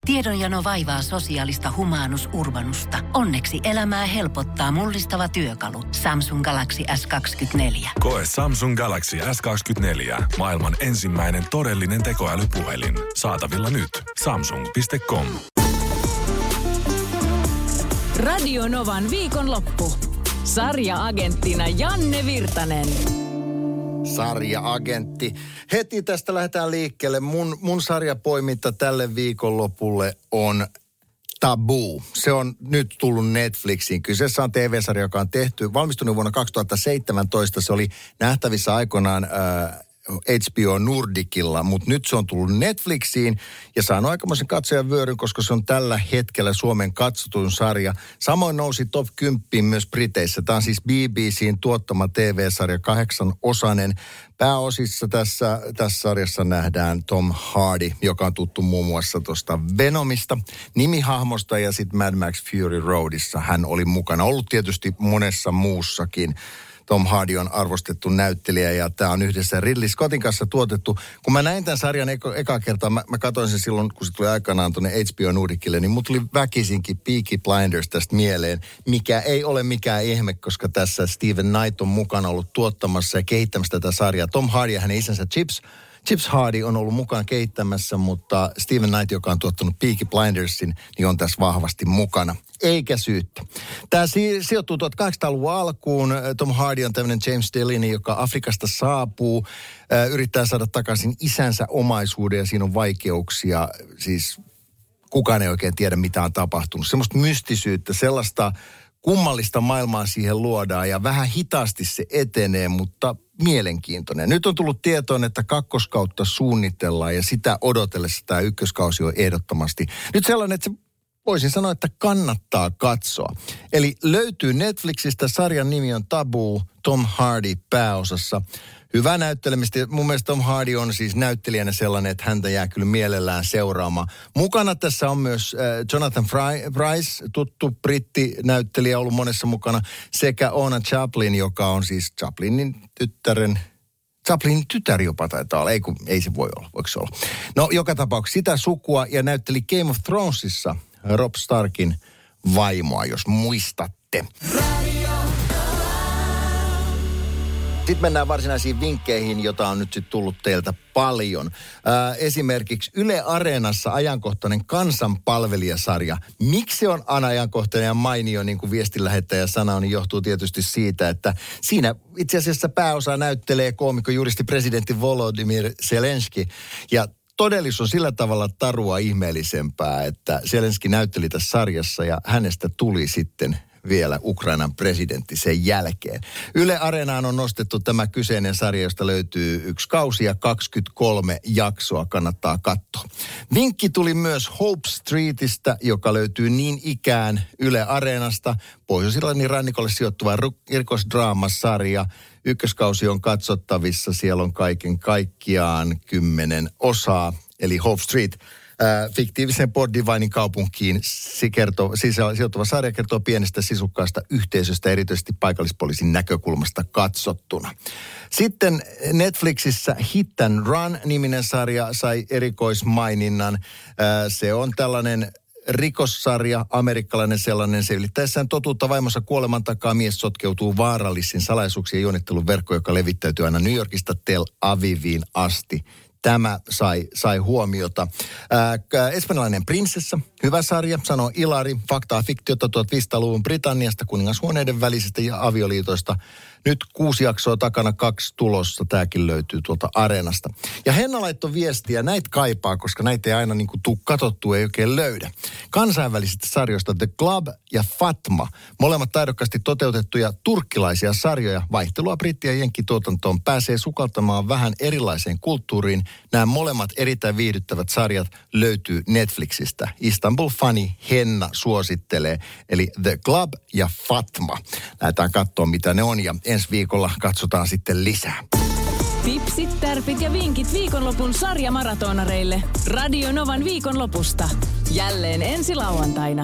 Tiedonjano vaivaa sosiaalista humanus urbanusta. Onneksi elämää helpottaa mullistava työkalu. Samsung Galaxy S24. Koe Samsung Galaxy S24. Maailman ensimmäinen todellinen tekoälypuhelin. Saatavilla nyt. Samsung.com. Radio Novan viikonloppu. Sarja-agenttina Janne Virtanen. Sarja-agentti. Heti tästä lähdetään liikkeelle. Mun sarjapoiminta tälle viikonlopulle on Taboo. Se on nyt tullut Netflixiin. Kyseessä on TV-sarja, joka on tehty, valmistunut vuonna 2017. Se oli nähtävissä aikoinaan HBO Nordicilla, mutta nyt se on tullut Netflixiin ja saanut aikamoisen katsojan vyöryn, koska se on tällä hetkellä Suomen katsotuin sarja. Samoin nousi top 10 myös Briteissä. Tämä on siis BBCn tuottama TV-sarja, 8-osainen. Pääosissa tässä sarjassa nähdään Tom Hardy, joka on tuttu muun muassa tuosta Venomista, nimihahmosta ja sitten Mad Max Fury Roadissa hän oli mukana. Ollut tietysti monessa muussakin. Tom Hardy on arvostettu näyttelijä ja tämä on yhdessä Ridley Scottin kanssa tuotettu. Kun mä näin tämän sarjan eka kertaa, mä katsoin sen silloin, kun se tuli aikanaan tuonne HBO Nordicille, niin mut tuli väkisinkin Peaky Blinders tästä mieleen, mikä ei ole mikään ihme, koska tässä Steven Knight on mukana ollut tuottamassa ja kehittämässä tätä sarjaa. Tom Hardy ja hänen isänsä Chips Hardy on ollut mukana kehittämässä, mutta Steven Knight, joka on tuottanut Peaky Blindersin, niin on tässä vahvasti mukana. Eikä syyttä. Tämä sijoittuu 1800-luvun alkuun. Tom Hardy on tämmöinen James Delaney, joka Afrikasta saapuu, yrittää saada takaisin isänsä omaisuuden ja siinä on vaikeuksia. Siis kukaan ei oikein tiedä, mitä on tapahtunut. Semmoista mystisyyttä, sellaista kummallista maailmaa siihen luodaan ja vähän hitaasti se etenee, mutta mielenkiintoinen. Nyt on tullut tietoon, että kakkoskautta suunnitellaan ja sitä odotellessa tämä ykköskausi on ehdottomasti. Nyt sellainen, että voisin sanoa, että kannattaa katsoa. Eli löytyy Netflixistä, sarjan nimi on Taboo, Tom Hardy pääosassa. Hyvä näyttelemistä. Mun mielestä Tom Hardy on siis näyttelijänä sellainen, että häntä jää kyllä mielellään seuraamaan. Mukana tässä on myös Jonathan Pryce, tuttu brittinäyttelijä, ollut monessa mukana, sekä Ona Chaplin, joka on siis Chaplinin tytär jopa taitaa olla. Ei se voi olla. Voiko se olla? No, joka tapauksessa sitä sukua ja näytteli Game of Thronesissa Robb Starkin vaimoa, jos muistatte. Sitten mennään varsinaisiin vinkkeihin, jota on nyt sitten tullut teiltä paljon. Esimerkiksi Yle Areenassa ajankohtainen kansanpalvelijasarja. Miksi se on ajankohtainen ja mainio, niin kuin viestinlähettäjä sanoo, niin johtuu tietysti siitä, että siinä itse asiassa pääosa näyttelee koomikko juristi presidentti Volodymyr Zelenski. Ja todellisuus on sillä tavalla tarua ihmeellisempää, että Zelenski näytteli tässä sarjassa ja hänestä tuli sitten vielä Ukrainan presidentti sen jälkeen. Yle Areenaan on nostettu tämä kyseinen sarja, josta löytyy 1 kausi ja 23 jaksoa, kannattaa katsoa. Vinkki tuli myös Hope Streetistä, joka löytyy niin ikään Yle Areenasta. Pohjois-Irlannin rannikolle sijoittuva rikosdraamasarja. Ykköskausi on katsottavissa, siellä on kaiken kaikkiaan 10 osaa, eli Hope Street. Fiktiivisen Port Divinein kaupunkiin sijoittuva sarja kertoo pienestä sisukkaasta yhteisöstä, erityisesti paikallispoliisin näkökulmasta katsottuna. Sitten Netflixissä Hit and Run-niminen sarja sai erikoismaininnan. Se on tällainen rikossarja, amerikkalainen sellainen. Se ylittäessään totuutta vaimonsa kuoleman takaa mies sotkeutuu vaarallisiin salaisuuksien juonittelun verkkoon, joka levittäytyy aina New Yorkista Tel Aviviin asti. Tämä sai huomiota. Espanjalainen prinsessa, hyvä sarja, sanoo Ilari. Faktaa fiktiota 1500-luvun Britanniasta, kuningashuoneiden välisestä ja avioliitoista. Nyt 6 jaksoa takana, 2 tulossa. Tämäkin löytyy tuolta Areenasta. Ja Henna laittoi viestiä, näitä kaipaa, koska näitä ei aina niin kuin tuu katsottua, ei oikein löydä. Kansainvälisistä sarjoista The Club ja Fatma. Molemmat taidokkaasti toteutettuja turkkilaisia sarjoja. Vaihtelua britti- ja jenkkituotantoon pääsee sukaltamaan vähän erilaiseen kulttuuriin. Nämä molemmat erittäin viihdyttävät sarjat löytyy Netflixistä. Istanbul-fani Henna suosittelee. Eli The Club ja Fatma. Lähdetään katsoa, mitä ne on, ja ensi viikolla katsotaan sitten lisää. Tipsit, tärpit ja vinkit viikonlopun sarjamaratonareille. Radio Novan viikonlopusta. Jälleen ensi lauantaina.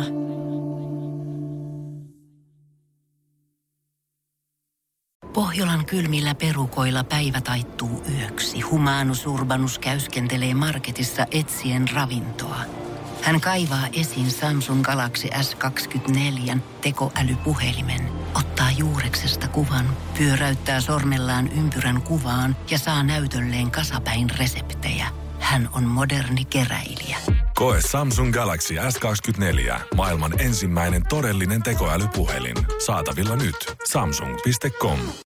Pohjolan kylmillä perukoilla päivä taittuu yöksi. Humanus Urbanus käyskentelee marketissa etsien ravintoa. Hän kaivaa esiin Samsung Galaxy S24 tekoälypuhelimen, ottaa juureksesta kuvan, pyöräyttää sormellaan ympyrän kuvaan ja saa näytölleen kasapäin reseptejä. Hän on moderni keräilijä. Koe Samsung Galaxy S24. Maailman ensimmäinen todellinen tekoälypuhelin. Saatavilla nyt. Samsung.com.